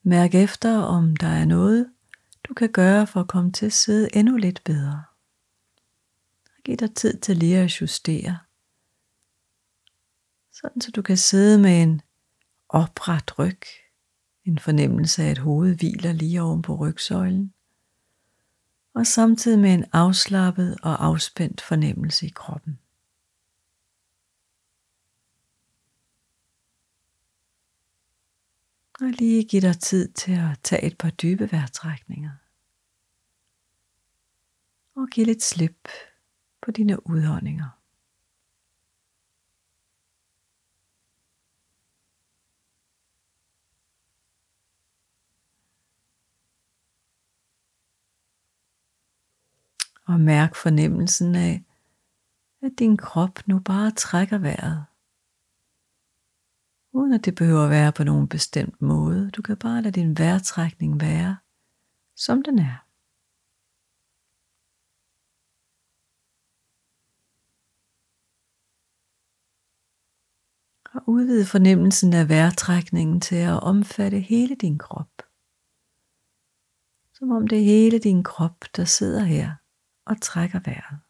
Mærk efter, om der er noget, du kan gøre for at komme til at sidde endnu lidt bedre. Giv dig tid til lige at justere, sådan så du kan sidde med en opret ryg, en fornemmelse af, at hovedet hviler lige oven på rygsøjlen, og samtidig med en afslappet og afspændt fornemmelse i kroppen. Og lige giv dig tid til at tage et par dybe vejrtrækninger. Og giv lidt slip på dine udåndinger. Og mærk fornemmelsen af, at din krop nu bare trækker vejret. Uden at det behøver at være på nogen bestemt måde. Du kan bare lade din vejrtrækning være, som den er. Og udvide fornemmelsen af vejrtrækningen til at omfatte hele din krop. Som om det er hele din krop, der sidder her og trækker vejret.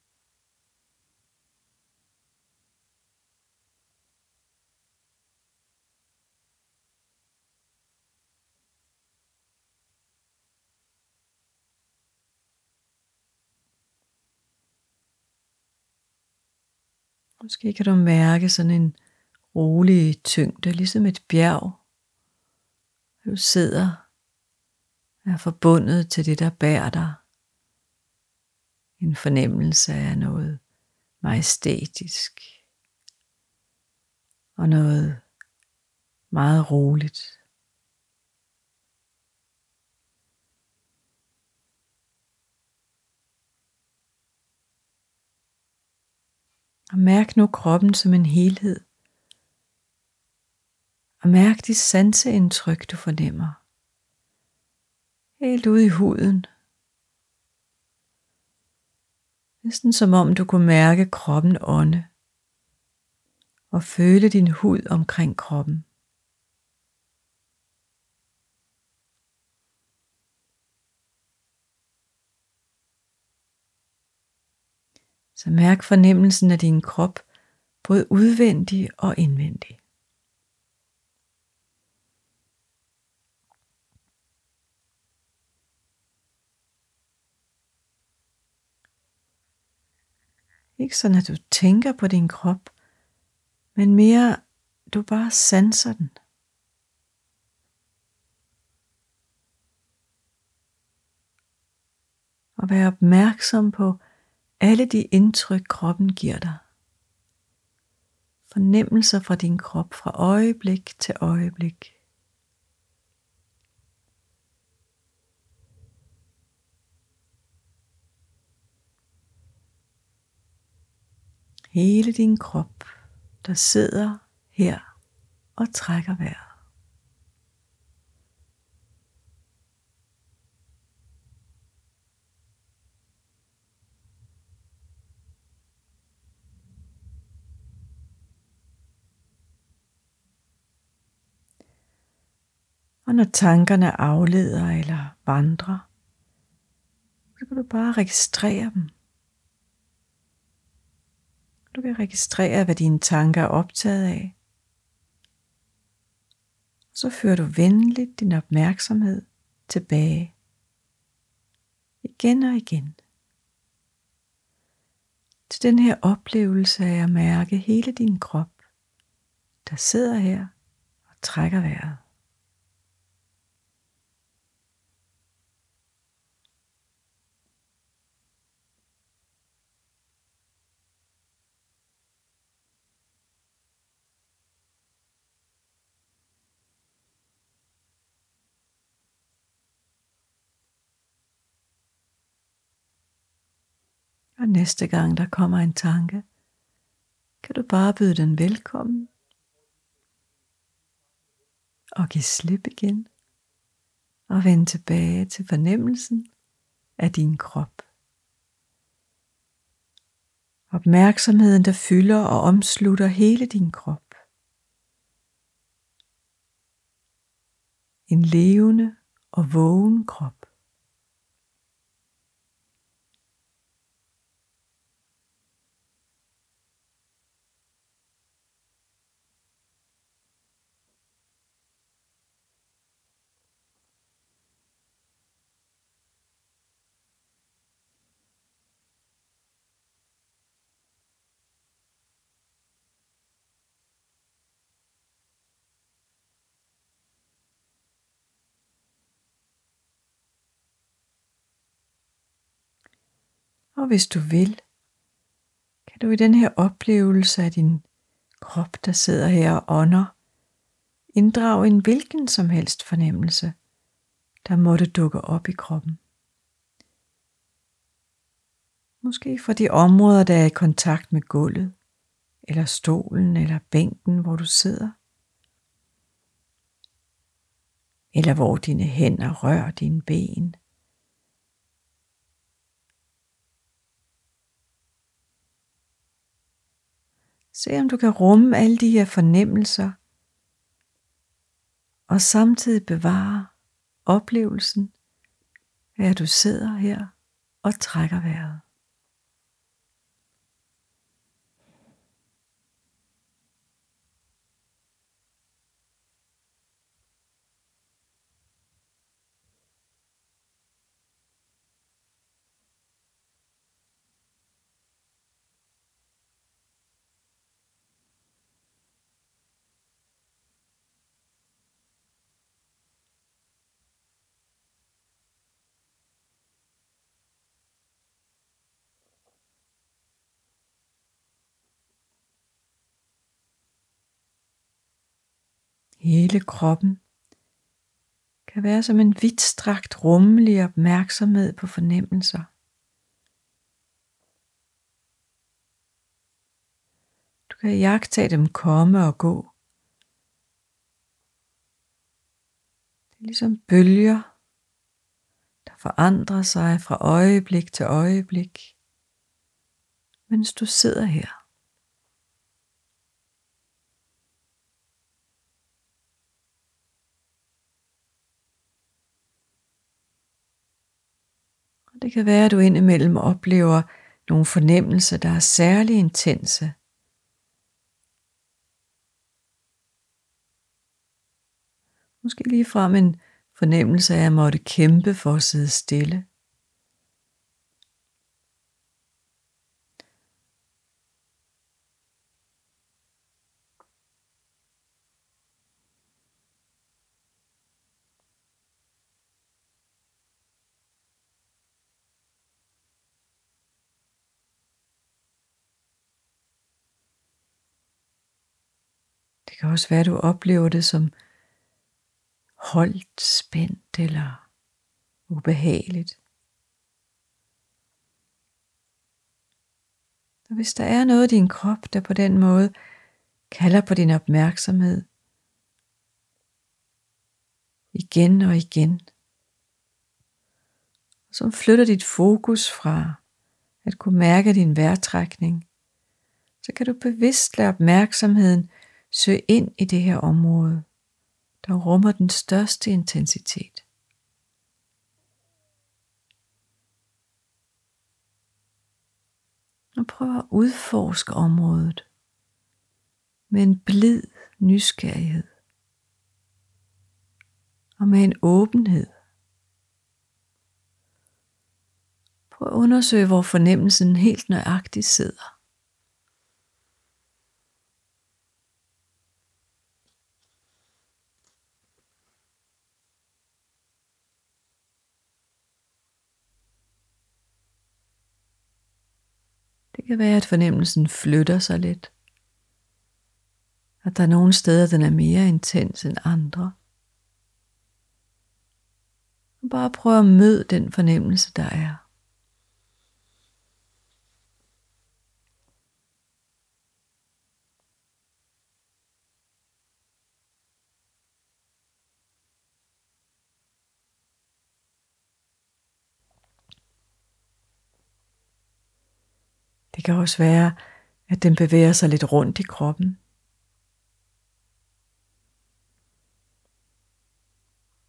Måske kan du mærke sådan en rolig tyngde, ligesom et bjerg. Du sidder og er forbundet til det, der bærer dig. En fornemmelse af noget majestætisk og noget meget roligt. Og mærk nu kroppen som en helhed. Og mærk de sanseindtryk, du fornemmer. Helt ude i huden. Næsten som om du kunne mærke kroppen ånde. Og føle din hud omkring kroppen. Så mærk fornemmelsen af din krop, både udvendig og indvendig. Ikke sådan, at du tænker på din krop, men mere, du bare sanser den. Og vær opmærksom på alle de indtryk, kroppen giver dig. Fornemmelser fra din krop fra øjeblik til øjeblik. Hele din krop, der sidder her og trækker vejret. Og når tankerne afleder eller vandrer, så kan du bare registrere dem. Du kan registrere, hvad dine tanker er optaget af. Så fører du venligt din opmærksomhed tilbage. Igen og igen. Til den her oplevelse af at mærke hele din krop, der sidder her og trækker vejret. Og næste gang der kommer en tanke, kan du bare byde den velkommen og give slip igen og vende tilbage til fornemmelsen af din krop. Opmærksomheden, der fylder og omslutter hele din krop. en levende og vågen krop. Og hvis du vil, kan du i den her oplevelse af din krop, der sidder her og ånder, inddrage en hvilken som helst fornemmelse, der måtte dukke op i kroppen. Måske fra de områder, der er i kontakt med gulvet, eller stolen, eller bænken, hvor du sidder. Eller hvor dine hænder rører dine ben. Se om du kan rumme alle de her fornemmelser, og samtidig bevare oplevelsen af, at du sidder her og trækker vejret. Hele kroppen kan være som en vidtstrakt rummelig opmærksomhed på fornemmelser. Du kan iagttage dem komme og gå. Det er ligesom bølger, der forandrer sig fra øjeblik til øjeblik, mens du sidder her. Og det kan være, at du indimellem oplever nogle fornemmelser, der er særlig intense. Måske ligefrem en fornemmelse af at måtte kæmpe for at sidde stille. Det kan også være, at du oplever det som holdt, spændt eller ubehageligt. Og hvis der er noget i din krop, der på den måde kalder på din opmærksomhed igen og igen, som flytter dit fokus fra at kunne mærke din vejrtrækning, så kan du bevidst lade opmærksomheden søge ind i det her område, der rummer den største intensitet. Og prøv at udforske området med en blid nysgerrighed og med en åbenhed. Prøv at undersøge, hvor fornemmelsen helt nøjagtigt sidder. Det kan være, at fornemmelsen flytter sig lidt. At der er nogle steder, den er mere intens end andre. Bare prøv at møde den fornemmelse, der er. Det kan også være, at den bevæger sig lidt rundt i kroppen.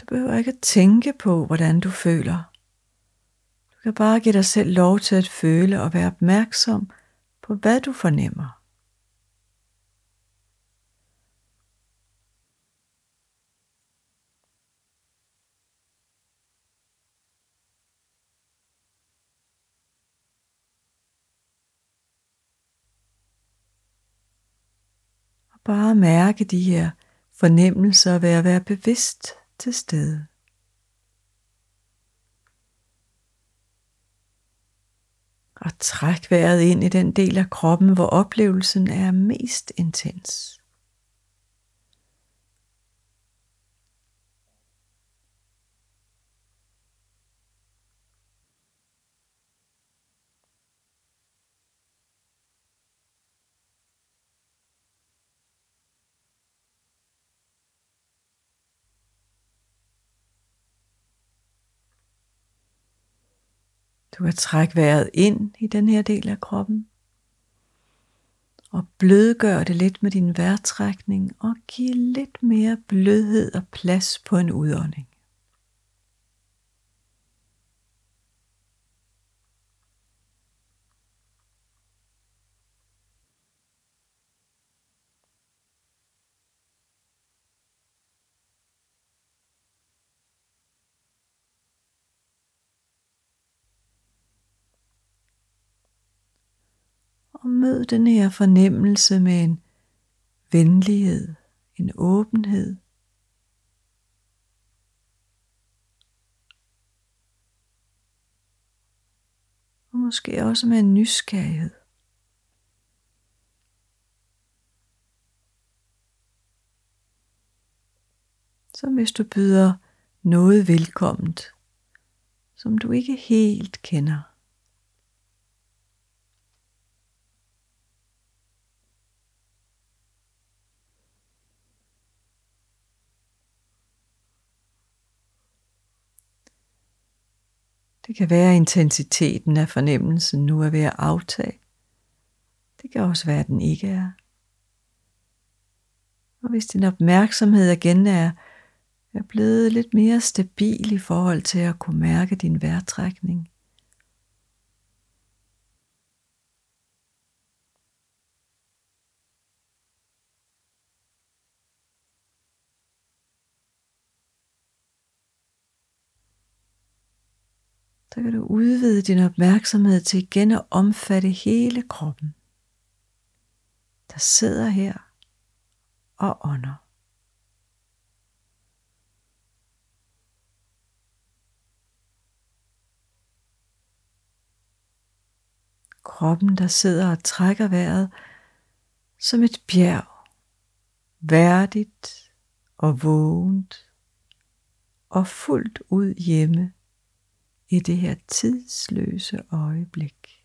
behøver ikke at tænke på, hvordan du føler. Du kan bare give dig selv lov til at føle og være opmærksom på, hvad du fornemmer. Og bare mærke de her fornemmelser ved at være bevidst til stede. Og træk vejret ind i den del af kroppen, hvor oplevelsen er mest intens. Du kan trække vejret ind i den her del af kroppen. Og blødgør det lidt med din vejrtrækning og giv lidt mere blødhed og plads på en udånding. Og mød den her fornemmelse med en venlighed, en åbenhed. Og måske også med en nysgerrighed. Som hvis du byder noget velkomment, som du ikke helt kender. Det kan være, at intensiteten af fornemmelsen nu er ved at aftage. Det kan også være, at den ikke er. Og hvis din opmærksomhed igen er blevet lidt mere stabil i forhold til at kunne mærke din vejrtrækning, så kan du udvide din opmærksomhed til igen at omfatte hele kroppen, der sidder her og ånder. Kroppen, der sidder og trækker vejret som et bjerg, værdigt og vågent og fuldt ud hjemme i det her tidsløse øjeblik.